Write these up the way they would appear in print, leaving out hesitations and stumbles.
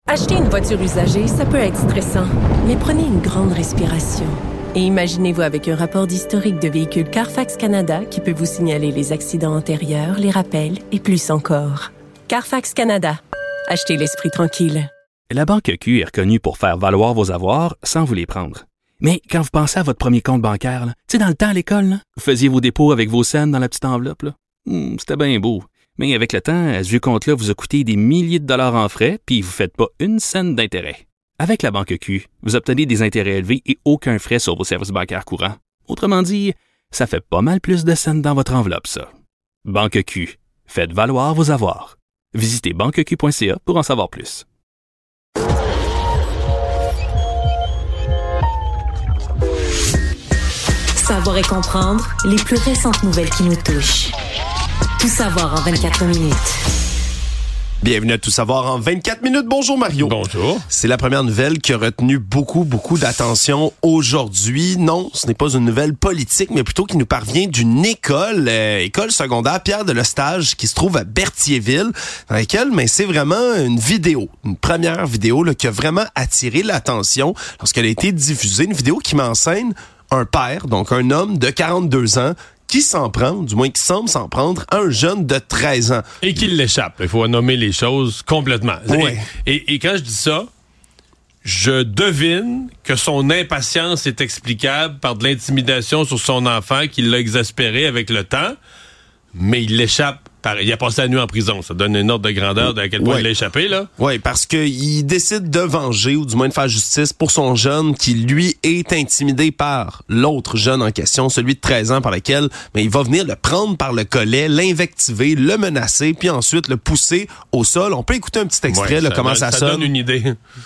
Acheter une voiture usagée, ça peut être stressant, mais prenez une grande respiration. Et imaginez-vous avec un rapport d'historique de véhicule Carfax Canada qui peut vous signaler les accidents antérieurs, les rappels et plus encore. Carfax Canada. Achetez l'esprit tranquille. La Banque Q est reconnue pour faire valoir vos avoirs sans vous les prendre. Mais quand vous pensez à votre premier compte bancaire, tu sais, dans le temps à l'école, là, vous faisiez vos dépôts avec vos scènes dans la petite enveloppe. Là. C'était bien beau. Mais avec le temps, ce vieux compte-là vous a coûté des milliers de dollars en frais, puis vous ne faites pas une scène d'intérêt. Avec la Banque Q, vous obtenez des intérêts élevés et aucun frais sur vos services bancaires courants. Autrement dit, ça fait pas mal plus de scènes dans votre enveloppe, ça. Banque Q. Faites valoir vos avoirs. Visitez banqueq.ca pour en savoir plus. Savoir et comprendre les plus récentes nouvelles qui nous touchent. Tout savoir en 24 minutes. Bienvenue à Tout savoir en 24 minutes. Bonjour Mario. Bonjour. C'est la première nouvelle qui a retenu beaucoup d'attention aujourd'hui. Non, ce n'est pas une nouvelle politique, mais plutôt qui nous parvient d'une école secondaire Pierre de Lestage qui se trouve à Berthierville, dans laquelle c'est vraiment une vidéo, une première vidéo là, qui a vraiment attiré l'attention lorsqu'elle a été diffusée. Une vidéo qui met en scène un père, donc un homme de 42 ans, qui s'en prend, du moins qui semble s'en prendre, à un jeune de 13 ans. Et qu'il l'échappe. Il faut nommer les choses complètement. Ouais. Et quand je dis ça, je devine que son impatience est explicable par de l'intimidation sur son enfant qui l'a exaspéré avec le temps, mais il l'échappe. Il a passé la nuit en prison. Ça donne une ordre de grandeur de à quel point il l'a échappé, là. Oui, parce qu'il décide de venger, ou du moins de faire justice pour son jeune qui, lui, est intimidé par l'autre jeune en question, celui de 13 ans par lequel il va venir le prendre par le collet, l'invectiver, le menacer, puis ensuite le pousser au sol. On peut écouter un petit extrait, là, comment ça sonne. Ça donne une idée.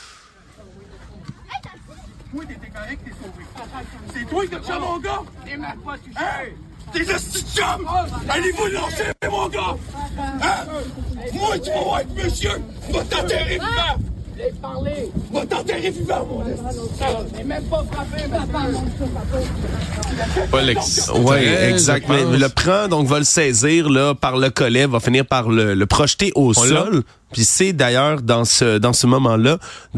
Oui, t'étais correct, t'es sauvé. C'est toi qui t'as tué mon gars? T'es même pas touché. Hey! T'es le petit chum! Allez-vous lâcher, mon gars! Hein? Moi, tu vas voir être monsieur! Va t'enterrer vivant! Laisse parler! Va t'enterrer vivant, mon gars! T'es même pas frappé, Oui, exactement. Le prend, donc va le saisir là par le collet, va finir par le projeter au sol. Puis c'est d'ailleurs dans ce moment-là,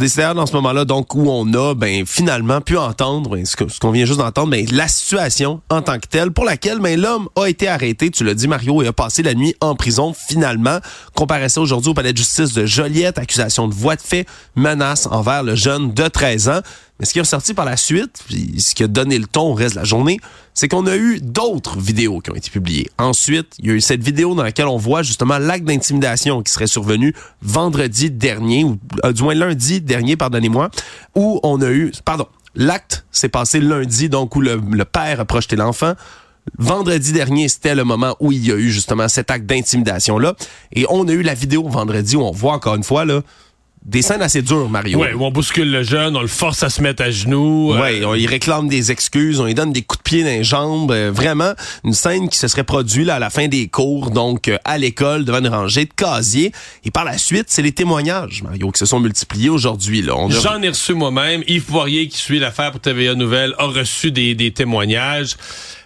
donc où on a finalement pu entendre ce qu'on vient juste d'entendre, la situation en tant que telle pour laquelle l'homme a été arrêté, tu l'as dit Mario, et a passé la nuit en prison finalement. Comparaissait aujourd'hui au palais de justice de Joliette, accusation de voie de fait, menace envers le jeune de 13 ans. Mais ce qui est ressorti par la suite, puis ce qui a donné le ton au reste de la journée, c'est qu'on a eu d'autres vidéos qui ont été publiées. Ensuite, il y a eu cette vidéo dans laquelle on voit justement l'acte d'intimidation qui serait survenu vendredi dernier, ou du moins lundi dernier, pardonnez-moi, où on a eu... l'acte s'est passé lundi, donc où le père a projeté l'enfant. Vendredi dernier, c'était le moment où il y a eu justement cet acte d'intimidation-là. Et on a eu la vidéo vendredi où on voit encore une fois, là, des scènes assez dures, Mario. Oui, où on bouscule le jeune, on le force à se mettre à genoux. Oui, on y réclame des excuses, on lui donne des coups de pied dans les jambes. Vraiment, une scène qui se serait produite là, à la fin des cours, donc à l'école, devant une rangée de casiers. Et par la suite, c'est les témoignages, Mario, qui se sont multipliés aujourd'hui. Là. J'en ai reçu moi-même. Yves Poirier, qui suit l'affaire pour TVA Nouvelles, a reçu des témoignages.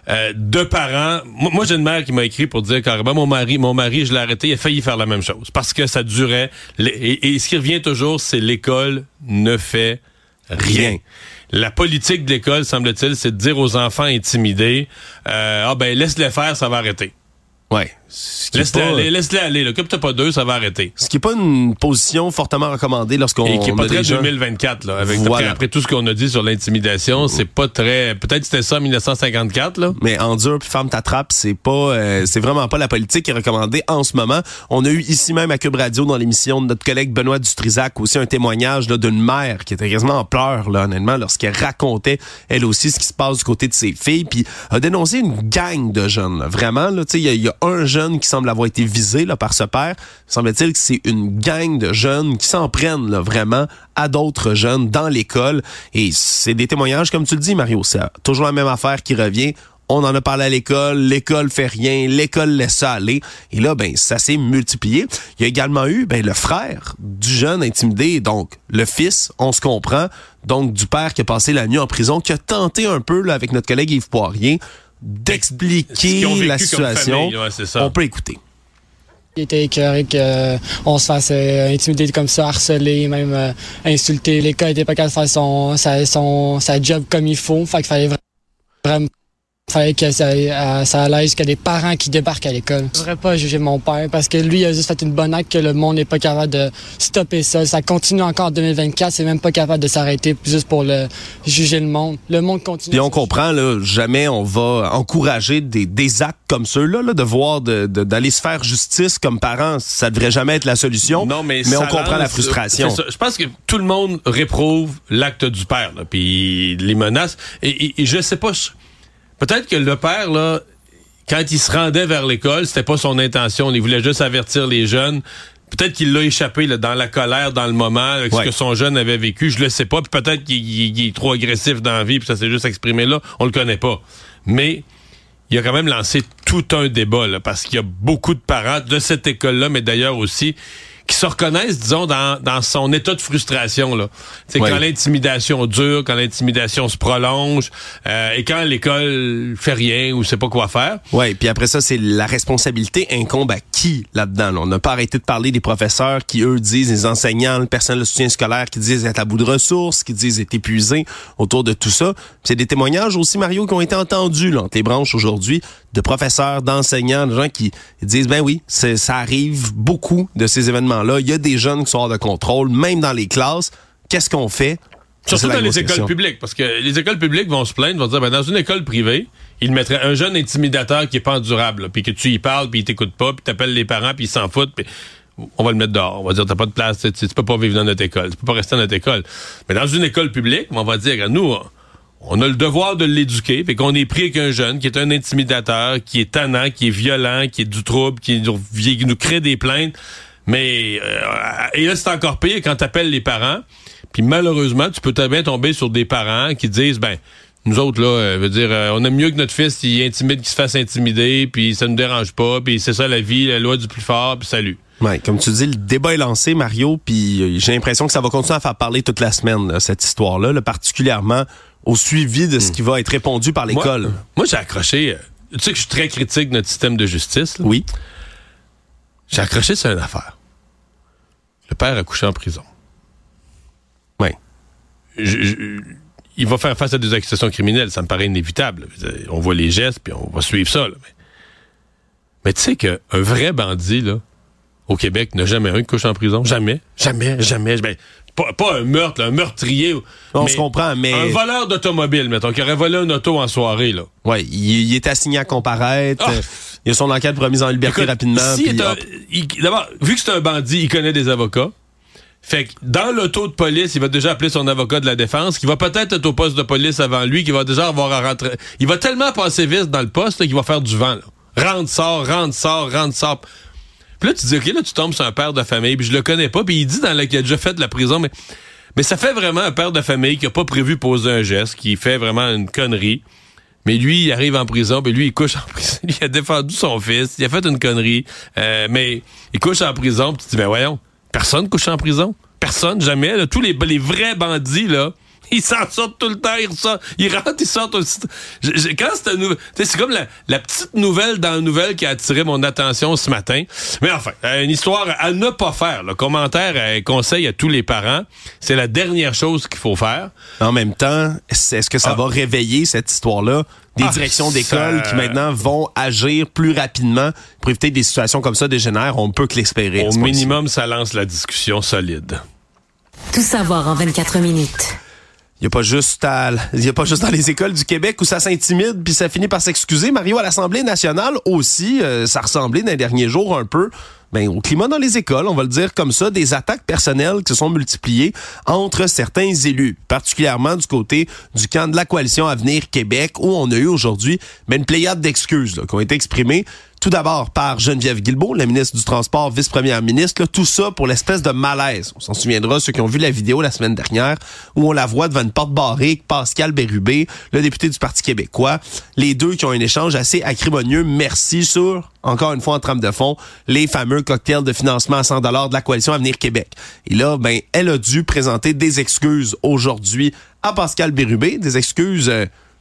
De parents. Moi, j'ai une mère qui m'a écrit pour dire carrément, mon mari, je l'ai arrêté, il a failli faire la même chose. Parce que ça durait. Et ce qui revient toujours, c'est l'école ne fait rien. La politique de l'école, semble-t-il, c'est de dire aux enfants intimidés, laisse-les faire, ça va arrêter. Ouais. Laisse-les aller. Là. Occupe-toi pas d'eux, ça va arrêter. Ce qui est pas une position fortement recommandée lorsqu'on... Et qui est pas très 2024, là. Après tout ce qu'on a dit sur l'intimidation, c'est pas très... Peut-être c'était ça en 1954, là. Mais endure puis ferme ta trappe, c'est vraiment pas la politique qui est recommandée en ce moment. On a eu ici même à Cube Radio, dans l'émission de notre collègue Benoît Dutrisac, aussi un témoignage là, d'une mère qui était quasiment en pleurs, là, honnêtement, lorsqu'elle racontait, elle aussi, ce qui se passe du côté de ses filles, puis a dénoncé une gang de jeunes, là. Vraiment, là, tu sais, il y a un jeune qui semble avoir été visé là, par ce père. Semble-t-il que c'est une gang de jeunes qui s'en prennent là, vraiment à d'autres jeunes dans l'école. Et c'est des témoignages, comme tu le dis, Mario. C'est toujours la même affaire qui revient. On en a parlé à l'école fait rien, l'école laisse ça aller. Et là, ça s'est multiplié. Il y a également eu le frère du jeune intimidé, donc le fils, on se comprend, donc du père qui a passé la nuit en prison, qui a tenté un peu là, avec notre collègue Yves Poirier d'expliquer la situation. Famille, ouais, c'est ça. On peut écouter. Il était écœuré qu'on se fasse intimider comme ça, harceler, même insulter. L'école n'était pas capable de faire sa job comme il faut. Fait qu'il fallait vraiment que ça allait jusqu'à des parents qui débarquent à l'école. Je ne devrais pas juger mon père parce que lui, il a juste fait une bonne acte que le monde n'est pas capable de stopper ça. Ça continue encore en 2024. C'est même pas capable de s'arrêter juste pour juger le monde. Le monde continue. Puis on comprend, là, jamais on va encourager des actes comme ceux-là, là, de voir d'aller se faire justice comme parents. Ça devrait jamais être la solution. Non, mais on comprend la frustration. Je pense que tout le monde réprouve l'acte du père, là, puis les menaces. Et je sais pas... Peut-être que le père, là, quand il se rendait vers l'école, c'était pas son intention. Il voulait juste avertir les jeunes. Peut-être qu'il l'a échappé là, dans la colère, dans le moment, avec ce que son jeune avait vécu. Je le sais pas. Puis peut-être qu'il est trop agressif dans la vie, puis ça s'est juste exprimé là. On le connaît pas. Mais il a quand même lancé tout un débat, là, parce qu'il y a beaucoup de parents de cette école-là, mais d'ailleurs aussi, qui se reconnaissent, disons, dans son état de frustration, là. C'est quand l'intimidation dure, quand l'intimidation se prolonge, et quand l'école fait rien ou sait pas quoi faire. Ouais, puis après ça, c'est la responsabilité incombe à qui là-dedans, là? On n'a pas arrêté de parler des professeurs qui, eux, disent, les enseignants, le personnel de soutien scolaire qui disent être à bout de ressources, qui disent être épuisés autour de tout ça. Puis c'est des témoignages aussi, Mario, qui ont été entendus, là, entre les branches aujourd'hui, de professeurs, d'enseignants, de gens qui disent, ben oui, ça arrive beaucoup de ces événements-là. Il y a des jeunes qui sont hors de contrôle, même dans les classes. Qu'est-ce qu'on fait? Surtout dans les écoles publiques, parce que les écoles publiques vont se plaindre, vont dire, ben dans une école privée, ils mettraient un jeune intimidateur qui est pas endurable, puis que tu y parles, puis il t'écoute pas, puis t'appelles les parents, puis ils s'en foutent, puis on va le mettre dehors. On va dire, t'as pas de place, tu peux pas vivre dans notre école, tu peux pas rester dans notre école. Mais dans une école publique, on va dire, nous, on a le devoir de l'éduquer, fait qu'on est pris avec un jeune qui est un intimidateur, qui est tannant, qui est violent, qui est du trouble, qui nous crée des plaintes. Mais et là, c'est encore pire quand t'appelles les parents. Puis malheureusement, tu peux très bien tomber sur des parents qui disent, ben, nous autres, là, on aime mieux que notre fils, il intimide, qu'il se fasse intimider, puis ça nous dérange pas, puis c'est ça la vie, la loi du plus fort, puis salut. Ouais, comme tu dis, le débat est lancé, Mario, puis j'ai l'impression que ça va continuer à faire parler toute la semaine, là, cette histoire-là, là, particulièrement au suivi de ce qui va être répondu par l'école. Moi, j'ai accroché... tu sais que je suis très critique de notre système de justice. Là. Oui. J'ai accroché sur une affaire. Le père a couché en prison. Oui. Il va faire face à des accusations criminelles, ça me paraît inévitable. On voit les gestes, puis on va suivre ça. Là. Mais tu sais qu'un vrai bandit, là, au Québec, n'a jamais un qui couche en prison. Jamais. Ben, pas un meurtre, un meurtrier. On se comprend, mais... Un voleur d'automobile, mettons, qui aurait volé un auto en soirée, là. Oui, il est assigné à comparaître. Il a son enquête pour remise en liberté rapidement. D'abord, vu que c'est un bandit, il connaît des avocats. Fait que dans l'auto de police, il va déjà appeler son avocat de la défense, qui va peut-être être au poste de police avant lui, qui va déjà avoir à rentrer. Il va tellement passer vite dans le poste là, qu'il va faire du vent. Là. Rentre, sort. Puis là, tu dis, OK, là, tu tombes sur un père de famille, puis je le connais pas, puis il dit qu'il a déjà fait de la prison, mais ça fait vraiment un père de famille qui a pas prévu poser un geste, qui fait vraiment une connerie. Mais lui, il arrive en prison, puis lui, il couche en prison. Il a défendu son fils, il a fait une connerie, mais il couche en prison, puis tu te dis, ben voyons, personne couche en prison. Personne, jamais. Là. Tous les vrais bandits, là, ils s'en sortent tout le temps, ils rentrent, ils sortent aussi. Quand c'était c'est comme la petite nouvelle dans la nouvelle qui a attiré mon attention ce matin. Mais enfin, une histoire à ne pas faire. Le commentaire, conseil à tous les parents, c'est la dernière chose qu'il faut faire. En même temps, est-ce que ça va réveiller cette histoire-là? Des directions d'école qui maintenant vont agir plus rapidement pour éviter que des situations comme ça dégénèrent. On peut que l'espérer. Au minimum, ça lance la discussion solide. Tout savoir en 24 minutes. Il y a pas juste dans les écoles du Québec où ça s'intimide puis ça finit par s'excuser. Mario, à l'Assemblée nationale aussi, ça ressemblait dans les derniers jours un peu au climat dans les écoles, on va le dire comme ça, des attaques personnelles qui se sont multipliées entre certains élus, particulièrement du côté du camp de la coalition Avenir Québec, où on a eu aujourd'hui une pléiade d'excuses là, qui ont été exprimées. Tout d'abord par Geneviève Guilbeault, la ministre du Transport, vice-première ministre, là, tout ça pour l'espèce de malaise. On s'en souviendra, ceux qui ont vu la vidéo la semaine dernière, où on la voit devant une porte barrée, Pascal Bérubé, le député du Parti québécois, les deux qui ont un échange assez acrimonieux. Merci sur, encore une fois en trame de fond, les fameux cocktails de financement à 100 $ de la coalition Avenir Québec. Et là, elle a dû présenter des excuses aujourd'hui à Pascal Bérubé, des excuses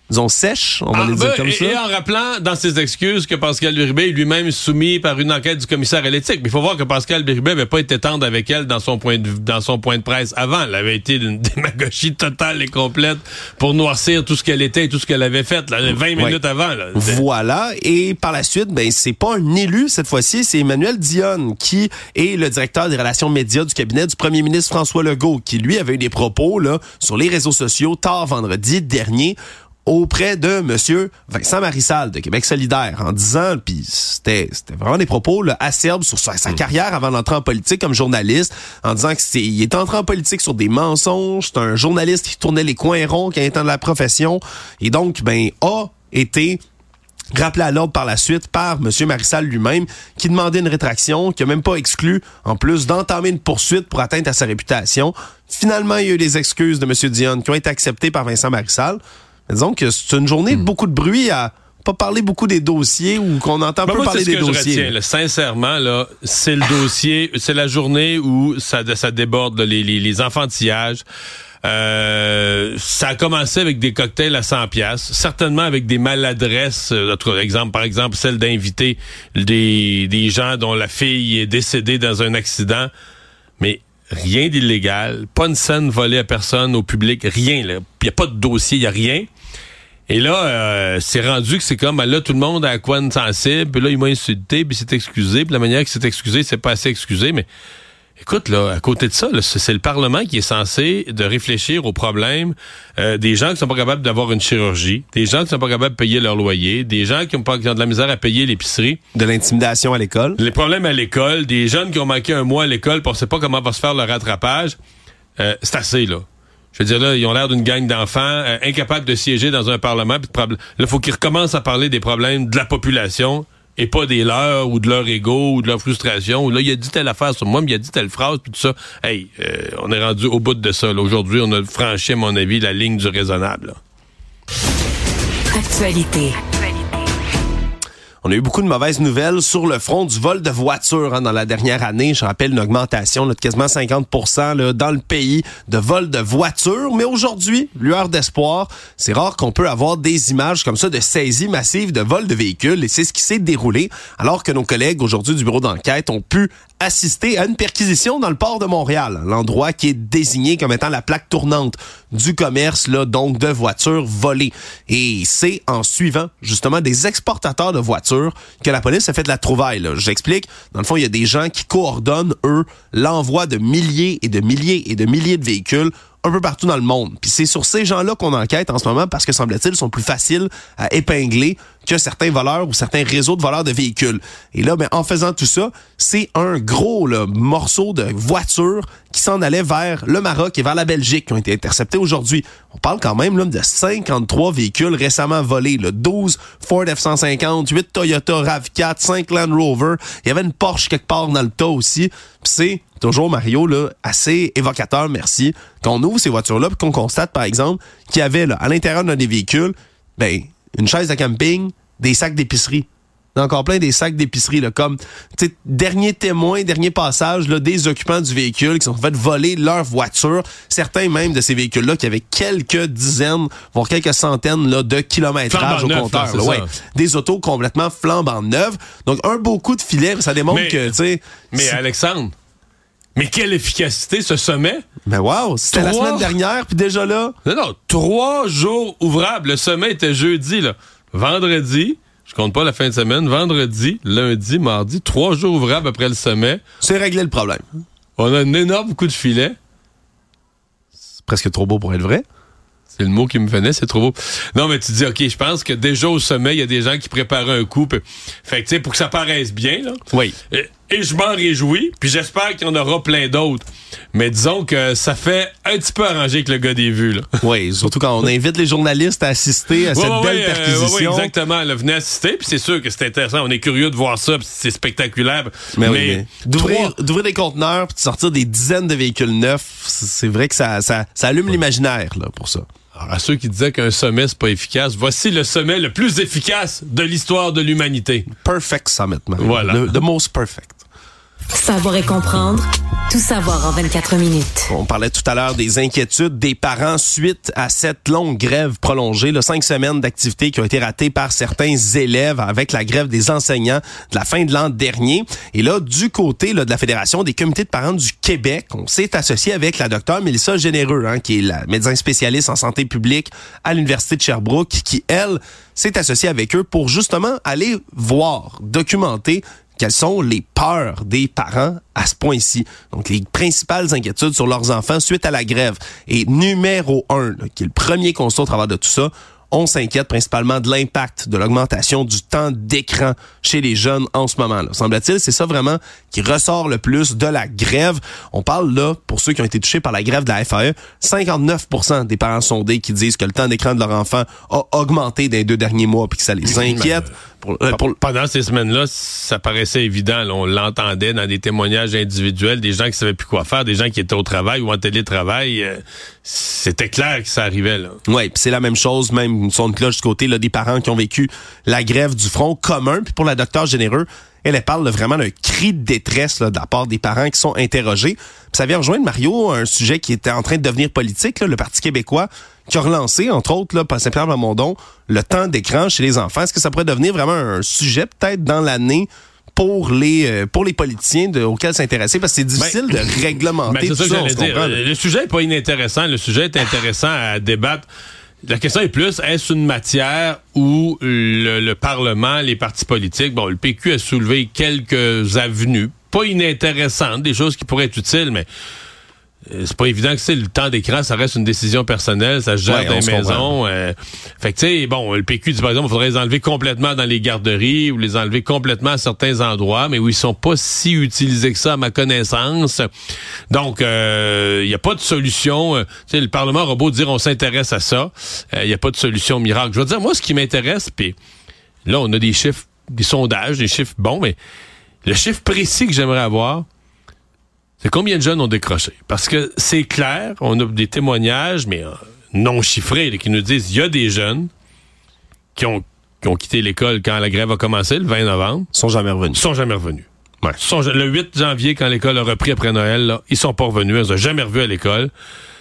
disons, sèches, on va les dire comme ça. Et en rappelant dans ses excuses que Pascal Birubé est lui-même soumis par une enquête du commissaire à l'éthique. Mais il faut voir que Pascal Birubé n'avait pas été tendre avec elle dans son point de presse avant. Elle avait été d'une démagogie totale et complète pour noircir tout ce qu'elle était et tout ce qu'elle avait fait, là, 20 minutes avant. Là. Voilà. Et par la suite, c'est pas un élu cette fois-ci, c'est Emmanuel Dionne qui est le directeur des relations médias du cabinet du premier ministre François Legault, qui lui avait eu des propos là sur les réseaux sociaux tard vendredi dernier auprès de monsieur Vincent Marissal de Québec solidaire en disant, puis c'était vraiment des propos là, acerbes sur sa carrière avant d'entrer en politique comme journaliste, en disant qu'il est entré en politique sur des mensonges, c'est un journaliste qui tournait les coins ronds quand il était dans la profession, et donc a été rappelé à l'ordre par la suite par M. Marissal lui-même, qui demandait une rétraction, qui a même pas exclu, en plus, d'entamer une poursuite pour atteinte à sa réputation. Finalement, il y a eu des excuses de M. Dionne qui ont été acceptées par Vincent Marissal. Mais disons que c'est une journée de beaucoup de bruit à pas parler beaucoup des dossiers ou qu'on entend peu parler des dossiers. Je retiens, là, sincèrement, là, c'est le dossier, c'est la journée où ça déborde là, les enfantillages. Ça a commencé avec des cocktails à 100$, certainement avec des maladresses, par exemple celle d'inviter des gens dont la fille est décédée dans un accident, mais rien d'illégal, pas une scène volée à personne, au public, rien. Il n'y a pas de dossier, il n'y a rien. Et là, c'est rendu que c'est comme, là, tout le monde a quoi de sensible, puis là, il m'a insulté, puis il s'est excusé, puis la manière qu'il s'est excusé, c'est pas assez excusé, mais écoute, là, à côté de ça, là, c'est le Parlement qui est censé de réfléchir aux problèmes des gens qui sont pas capables d'avoir une chirurgie, des gens qui sont pas capables de payer leur loyer, des gens qui ont de la misère à payer l'épicerie. De l'intimidation à l'école. Les problèmes à l'école, des jeunes qui ont manqué un mois à l'école, puis on sait pas comment va se faire le rattrapage. C'est assez, là. Je veux dire, là, ils ont l'air d'une gang d'enfants incapables de siéger dans un Parlement. Là, il faut qu'ils recommencent à parler des problèmes de la population et pas des leurs ou de leur ego ou de leur frustration. Ou là, il a dit telle affaire sur moi, mais il a dit telle phrase, puis tout ça. Hey, on est rendu au bout de ça. Là. Aujourd'hui, on a franchi, à mon avis, la ligne du raisonnable. Là. Actualité. On a eu beaucoup de mauvaises nouvelles sur le front du vol de voitures dans la dernière année. Je rappelle une augmentation de quasiment 50% là, dans le pays de vol de voitures. Mais aujourd'hui, lueur d'espoir, c'est rare qu'on peut avoir des images comme ça de saisies massives de vol de véhicules. Et c'est ce qui s'est déroulé alors que nos collègues aujourd'hui du bureau d'enquête ont pu assister à une perquisition dans le port de Montréal, l'endroit qui est désigné comme étant la plaque tournante du commerce là, donc de voitures volées. Et c'est en suivant justement des exportateurs de voitures que la police a fait de la trouvaille. Là. J'explique. Dans le fond, il y a des gens qui coordonnent, eux, l'envoi de milliers et de milliers et de milliers de véhicules un peu partout dans le monde. Puis c'est sur ces gens-là qu'on enquête en ce moment parce que, semble-t-il, ils sont plus faciles à épingler que certains voleurs ou certains réseaux de voleurs de véhicules. Et là, en faisant tout ça, c'est un gros morceau de voitures qui s'en allait vers le Maroc et vers la Belgique qui ont été interceptés aujourd'hui. On parle quand même de 53 véhicules récemment volés. 12 Ford F-150, 8 Toyota RAV4, 5 Land Rover. Il y avait une Porsche quelque part dans le tas aussi. Puis c'est toujours, Mario, là, assez évocateur, merci, qu'on ouvre ces voitures-là et qu'on constate, par exemple, qu'il y avait là, à l'intérieur d'un des véhicules, une chaise de camping, des sacs d'épicerie. Encore plein des sacs d'épicerie, là, comme dernier témoin, dernier passage là, des occupants du véhicule qui sont fait voler leur voiture. Certains même de ces véhicules-là qui avaient quelques dizaines, voire quelques centaines là, de kilométrage au compteur. Là, ouais. Des autos complètement flambant neuves. Donc, un beau coup de filet, ça démontre que... Mais Alexandre, mais quelle efficacité ce sommet! Ben wow, c'était la semaine dernière, puis déjà là... Non, 3 jours ouvrables. Le sommet était jeudi, là. Vendredi, je compte pas la fin de semaine, vendredi, lundi, mardi, 3 jours ouvrables après le sommet. C'est réglé le problème. On a un énorme coup de filet. C'est presque trop beau pour être vrai. C'est le mot qui me venait, c'est trop beau. Non, mais tu dis, OK, je pense que déjà au sommet, il y a des gens qui préparaient un coup. Fait que, tu sais, pour que ça paraisse bien, là. Oui. Et je m'en réjouis, puis j'espère qu'il y en aura plein d'autres. Mais disons que ça fait un petit peu arrangé avec le gars des vues, là. Oui, surtout quand on invite les journalistes à assister à cette belle perquisition. Oui, exactement. Là, venez assister, puis c'est sûr que c'est intéressant. On est curieux de voir ça, puis c'est spectaculaire. Mais d'ouvrir des conteneurs, puis de sortir des dizaines de véhicules neufs, c'est vrai que ça allume l'imaginaire, là, pour ça. Alors, à ceux qui disaient qu'un sommet, c'est pas efficace, voici le sommet le plus efficace de l'histoire de l'humanité. Perfect Summit, man. Voilà. The most perfect. Savoir et comprendre. Tout savoir en 24 minutes. On parlait tout à l'heure des inquiétudes des parents suite à cette longue grève prolongée, 5 semaines d'activité qui ont été ratées par certains élèves avec la grève des enseignants de la fin de l'an dernier. Et là, du côté de la Fédération des comités de parents du Québec, on s'est associé avec la docteure Mélissa Généreux, qui est la médecin spécialiste en santé publique à l'Université de Sherbrooke, qui, elle, s'est associée avec eux pour justement aller voir, documenter quelles sont les peurs des parents à ce point-ci. Donc, les principales inquiétudes sur leurs enfants suite à la grève. Et numéro 1, qui est le premier constat au travers de tout ça, on s'inquiète principalement de l'impact de l'augmentation du temps d'écran chez les jeunes en ce moment. Semble-t-il, c'est ça vraiment qui ressort le plus de la grève. On parle là, pour ceux qui ont été touchés par la grève de la FAE, 59% des parents sondés qui disent que le temps d'écran de leur enfant a augmenté dans les 2 derniers mois puis que ça les inquiète. Pendant ces semaines-là, ça paraissait évident. Là, on l'entendait dans des témoignages individuels, des gens qui savaient plus quoi faire, des gens qui étaient au travail ou en télétravail. C'était clair que ça arrivait. Oui, puis c'est la même chose, même une son de cloche du côté des parents qui ont vécu la grève du Front commun. Puis pour la docteure Généreux, elle parle vraiment d'un cri de détresse de la part des parents qui sont interrogés. Puis ça vient rejoindre, Mario, un sujet qui était en train de devenir politique, le Parti québécois, qui a relancé, entre autres, par Saint-Pierre Plamondon, le temps d'écran chez les enfants. Est-ce que ça pourrait devenir vraiment un sujet, peut-être, dans l'année pour les politiciens auxquels s'intéresser? Parce que c'est difficile de réglementer tout ça, on se comprend. Le sujet n'est pas inintéressant. Le sujet est intéressant à débattre. La question est plus, est-ce une matière où le Parlement, les partis politiques, le PQ a soulevé quelques avenues, pas inintéressantes, des choses qui pourraient être utiles, mais c'est pas évident que le temps d'écran, ça reste une décision personnelle, ça se gère dans les maisons. Fait que tu sais, le PQ dit par exemple, il faudrait les enlever complètement dans les garderies ou les enlever complètement à certains endroits, mais où ils sont pas si utilisés que ça à ma connaissance. Donc, il y a pas de solution. Le Parlement aura beau dire on s'intéresse à ça, il y a pas de solution miracle. Je veux dire, moi, ce qui m'intéresse, puis là, on a des chiffres, des sondages, des chiffres bons, mais le chiffre précis que j'aimerais avoir, c'est combien de jeunes ont décroché. Parce que c'est clair, on a des témoignages, mais non chiffrés, qui nous disent qu'il y a des jeunes qui ont quitté l'école quand la grève a commencé, le 20 novembre. Ils sont jamais revenus. Ouais. Le 8 janvier, quand l'école a repris après Noël, là, ils sont pas revenus. Ils ne sont jamais revus à l'école.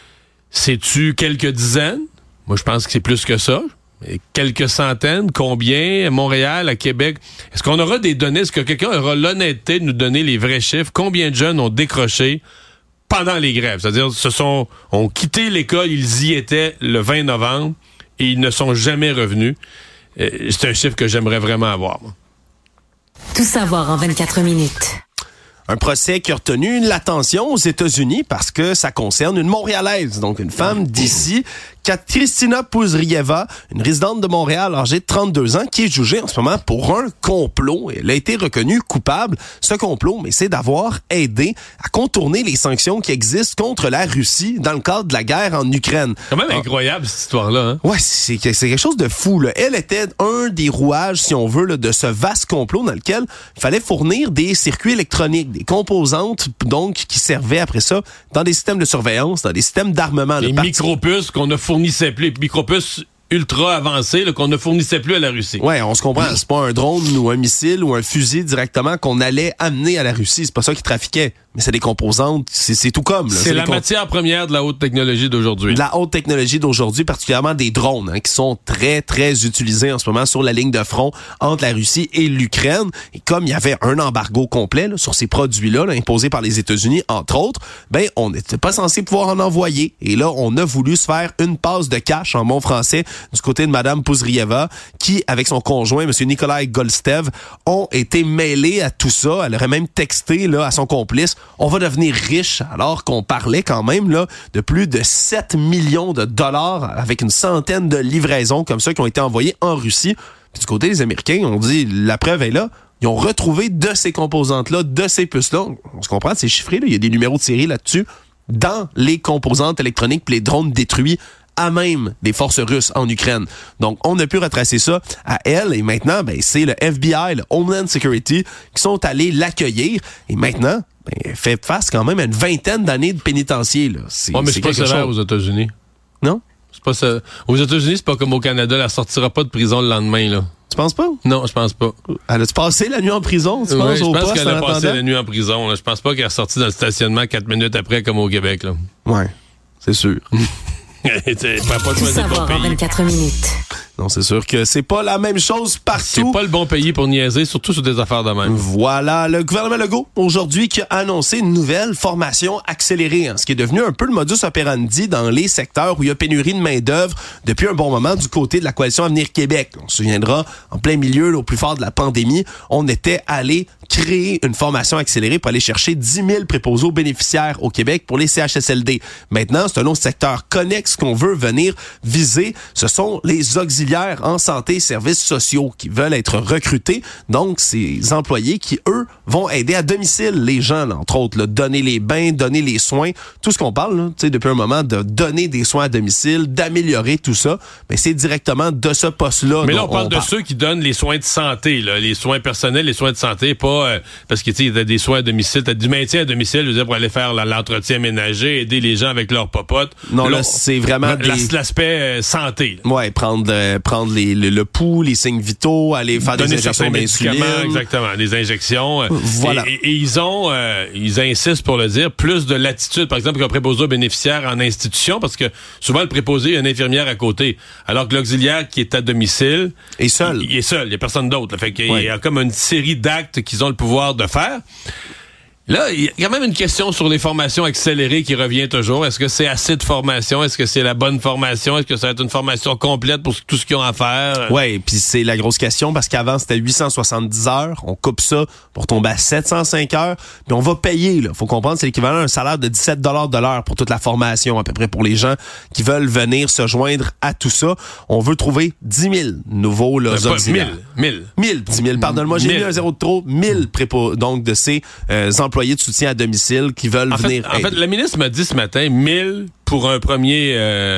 C'est-tu quelques dizaines? Moi, je pense que c'est plus que ça. Quelques centaines, combien? À Montréal, à Québec? Est-ce qu'on aura des données? Est-ce que quelqu'un aura l'honnêteté de nous donner les vrais chiffres? Combien de jeunes ont décroché pendant les grèves? C'est-à-dire, ont quitté l'école, ils y étaient le 20 novembre et ils ne sont jamais revenus. C'est un chiffre que j'aimerais vraiment avoir. Moi. Tout savoir en 24 minutes. Un procès qui a retenu l'attention aux États-Unis parce que ça concerne une Montréalaise, donc une femme d'ici, Kristina Puzrieva, une résidente de Montréal âgée de 32 ans, qui est jugée en ce moment pour un complot. Elle a été reconnue coupable. Ce complot, mais c'est d'avoir aidé à contourner les sanctions qui existent contre la Russie dans le cadre de la guerre en Ukraine. C'est quand même incroyable, cette histoire-là. Hein? Ouais, c'est quelque chose de fou. Là. Elle était un des rouages, si on veut, de ce vaste complot dans lequel il fallait fournir des circuits électroniques, des composantes donc qui servaient après ça dans des systèmes de surveillance, dans des systèmes d'armement. Les micropuces qu'on a fournissait plus, les micropuces ultra avancées qu'on ne fournissait plus à la Russie. Ouais, on se comprend. C'est pas un drone ou un missile ou un fusil directement qu'on allait amener à la Russie. C'est pas ça qui trafiquait. Mais c'est des composantes, c'est tout comme. Là. C'est la matière première de la haute technologie d'aujourd'hui. De la haute technologie d'aujourd'hui, particulièrement des drones, qui sont très, très utilisés en ce moment sur la ligne de front entre la Russie et l'Ukraine. Et comme il y avait un embargo complet sur ces produits-là, imposé par les États-Unis, entre autres, on n'était pas censé pouvoir en envoyer. Et là, on a voulu se faire une passe de cash en bon français du côté de Mme Puzrieva, qui, avec son conjoint, M. Nikolai Golstev, ont été mêlés à tout ça. Elle aurait même texté à son complice: on va devenir riche, alors qu'on parlait quand même de plus de 7 millions de dollars avec une centaine de livraisons comme ça qui ont été envoyées en Russie. Puis du côté des Américains, on dit la preuve est là. Ils ont retrouvé de ces composantes-là, de ces puces-là. On se comprend, c'est chiffré, il y a des numéros de série là-dessus, dans les composantes électroniques puis les drones détruits à même des forces russes en Ukraine. Donc, on a pu retracer ça à elle et maintenant, c'est le FBI, le Homeland Security qui sont allés l'accueillir et maintenant, elle fait face quand même à une vingtaine d'années de pénitencier. Là. Mais c'est pas sévère aux États-Unis. Non? C'est pas ça. Aux États-Unis, c'est pas comme au Canada, elle sortira pas de prison le lendemain, là. Tu penses pas? Non, je pense pas. Elle a-tu passé la nuit en prison? Tu penses Je au pense poste qu'elle a en passé attendant? la nuit en prison. Là. Je pense pas qu'elle est ressortie dans le stationnement 4 minutes après, comme au Québec. Là. Ouais, c'est sûr. Tout savoir en 24 minutes. Non, c'est sûr que c'est pas la même chose partout. C'est pas le bon pays pour niaiser, surtout sur des affaires de même. Voilà, le gouvernement Legault, aujourd'hui, qui a annoncé une nouvelle formation accélérée, ce qui est devenu un peu le modus operandi dans les secteurs où il y a pénurie de main-d'œuvre depuis un bon moment du côté de la Coalition Avenir Québec. On se souviendra, en plein milieu, là, au plus fort de la pandémie, on était allé créer une formation accélérée pour aller chercher 10 000 préposés aux bénéficiaires au Québec pour les CHSLD. Maintenant, c'est un autre secteur connexe qu'on veut venir viser. Ce sont les auxiliaires en santé et services sociaux qui veulent être recrutés. Donc, ces employés qui, eux, vont aider à domicile les gens, là, entre autres, là, donner les bains, donner les soins, tout ce qu'on parle là, depuis un moment, de donner des soins à domicile, d'améliorer tout ça. Mais c'est directement de ce poste-là. Mais là, on parle de ceux qui donnent les soins de santé, là, les soins personnels, les soins de santé, pas parce que tu sais, t'as des soins à domicile, t'as du maintien à domicile, je veux dire, pour aller faire l'entretien ménager, aider les gens avec leurs popotes. Non, là, c'est vraiment l'aspect santé. Là. Ouais, prendre le pouls, les signes vitaux, aller faire donner des injections d'insuline. Exactement, des injections. Voilà. Et ils insistent pour le dire, plus de latitude, par exemple, qu'un préposé aux bénéficiaires en institution, parce que souvent le préposé, il y a une infirmière à côté, alors que l'auxiliaire qui est à domicile est seul. Il est seul, il y a personne d'autre. Là. Fait qu'il y a comme une série d'actes qu'ils ont le pouvoir de faire. Là, il y a quand même une question sur les formations accélérées qui revient toujours. Est-ce que c'est assez de formation? Est-ce que c'est la bonne formation? Est-ce que ça va être une formation complète pour tout ce qu'ils ont à faire? Oui, puis c'est la grosse question parce qu'avant, c'était 870 heures. On coupe ça pour tomber à 705 heures. Puis on va payer, là. Faut comprendre, c'est l'équivalent d'un salaire de 17 $ de l'heure pour toute la formation, à peu près pour les gens qui veulent venir se joindre à tout ça. On veut trouver 10 000 nouveaux auxiliaires. 10 000, pardonne-moi, j'ai mis un zéro de trop. 1000 donc de ces employés de soutien à domicile qui veulent venir aider. En fait, la ministre m'a dit ce matin 1000 pour un premier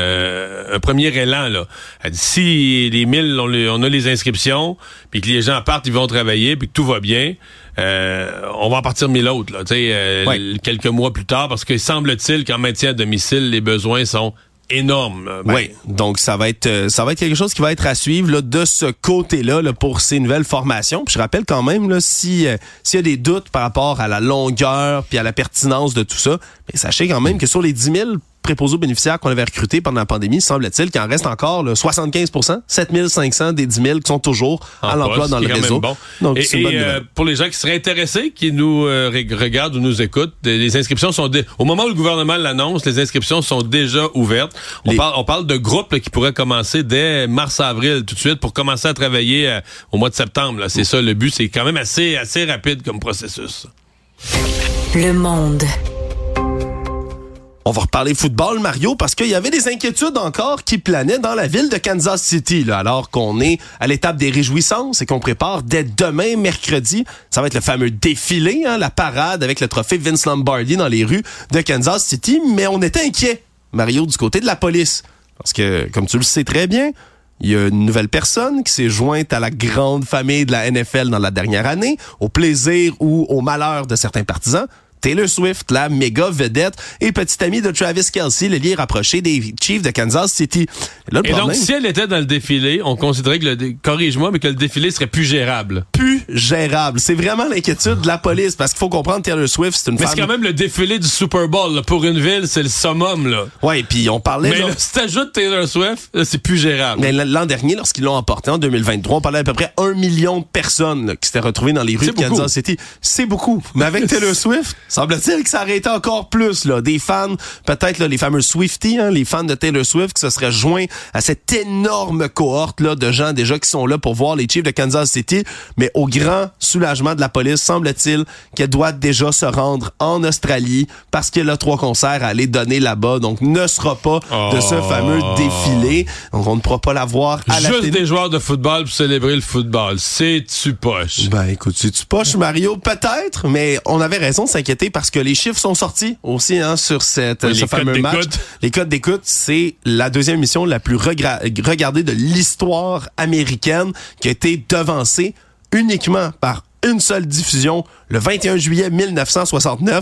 élan. Là. Elle dit, si les 1000, on a les inscriptions, puis que les gens partent, ils vont travailler, puis que tout va bien, on va en partir 1000 autres, là, quelques mois plus tard, parce que semble-t-il qu'en maintien à domicile, les besoins sont énorme. Oui, donc ça va être quelque chose qui va être à suivre là, de ce côté-là là, pour ces nouvelles formations. Puis je rappelle quand même là, s'il y a des doutes par rapport à la longueur puis à la pertinence de tout ça, mais sachez quand même que sur les 10 000 préposés aux bénéficiaires qu'on avait recrutés pendant la pandémie, semble-t-il qu'il en reste encore là, 75 7 500 des 10 000 qui sont toujours à l'emploi dans le réseau. Bon. Donc, c'est une bonne nouvelle. Pour les gens qui seraient intéressés, qui nous regardent ou nous écoutent, les inscriptions sont... Au moment où le gouvernement l'annonce, les inscriptions sont déjà ouvertes. On parle de groupes là, qui pourraient commencer dès mars-avril tout de suite pour commencer à travailler au mois de septembre. Là. C'est ça le but. C'est quand même assez rapide comme processus. Le monde. On va reparler football, Mario, parce qu'il y avait des inquiétudes encore qui planaient dans la ville de Kansas City, là, alors qu'on est à l'étape des réjouissances et qu'on prépare dès demain, mercredi. Ça va être le fameux défilé, la parade avec le trophée Vince Lombardi dans les rues de Kansas City. Mais on était inquiets, Mario, du côté de la police. Parce que, comme tu le sais très bien, il y a une nouvelle personne qui s'est jointe à la grande famille de la NFL dans la dernière année, au plaisir ou au malheur de certains partisans. Taylor Swift, la méga vedette et petite amie de Travis Kelce, l'allié rapproché des Chiefs de Kansas City. Là, et donc, si elle était dans le défilé, on considérait que corrige-moi, mais que le défilé serait plus gérable. Plus gérable. C'est vraiment l'inquiétude de la police, parce qu'il faut comprendre, Taylor Swift, c'est une femme... Mais c'est quand même le défilé du Super Bowl, là. Pour une ville, c'est le summum, là. Ouais, puis on parlait... Mais là, si t'ajoutes Taylor Swift, là, c'est plus gérable. Mais l'an dernier, lorsqu'ils l'ont emporté en 2023, on parlait à peu près 1 million de personnes là, qui s'étaient retrouvées dans les rues de Kansas City. C'est beaucoup. Mais avec Taylor Swift, semble-t-il que ça aurait été encore plus, là. Des fans, peut-être là, les fameux Swifties, les fans de Taylor Swift, qui se seraient joints à cette énorme cohorte là, de gens déjà qui sont là pour voir les Chiefs de Kansas City. Mais au grand soulagement de la police, semble-t-il qu'elle doit déjà se rendre en Australie parce qu'elle a 3 concerts à aller donner là-bas. Donc, ne sera pas de ce fameux défilé. Donc, on ne pourra pas la voir à la télé. Juste des joueurs de football pour célébrer le football. C'est-tu poche? Ben, écoute, c'est-tu poche, Mario? Peut-être, mais on avait raison de s'inquiéter parce que les chiffres sont sortis aussi sur ce fameux match. Les codes d'écoute, c'est la deuxième émission la plus regardée de l'histoire américaine qui a été devancée uniquement par une seule diffusion le 21 juillet 1969.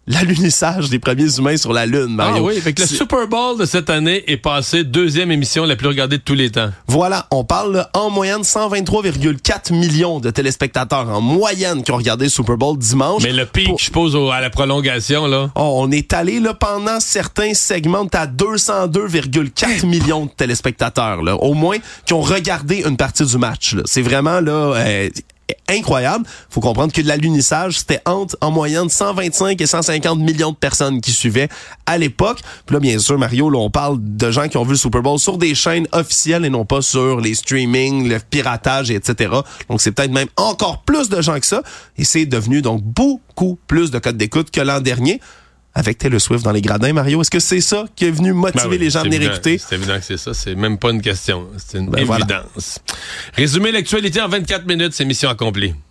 l'alunissage des premiers humains sur la Lune, Mario. Ah oui, fait que le Super Bowl de cette année est passé 2e émission la plus regardée de tous les temps. Voilà, on parle là, en moyenne 123,4 millions de téléspectateurs en moyenne qui ont regardé le Super Bowl dimanche. Mais le pic, je suppose, à la prolongation, là. Oh, on est allé là pendant certains segments à 202,4 millions de téléspectateurs, là, au moins, qui ont regardé une partie du match. Là. C'est vraiment là incroyable. Faut comprendre que l'alunissage, c'était en moyenne 125 et 150 millions de personnes qui suivaient à l'époque. Puis là, bien sûr, Mario, là, on parle de gens qui ont vu le Super Bowl sur des chaînes officielles et non pas sur les streamings, le piratage, etc. Donc, c'est peut-être même encore plus de gens que ça. Et c'est devenu donc beaucoup plus de codes d'écoute que l'an dernier. Avec Taylor Swift dans les gradins, Mario. Est-ce que c'est ça qui est venu motiver les gens à venir écouter? C'est évident que c'est ça. C'est même pas une question. C'est une évidence. Voilà. Résumer l'actualité en 24 minutes, c'est mission accomplie.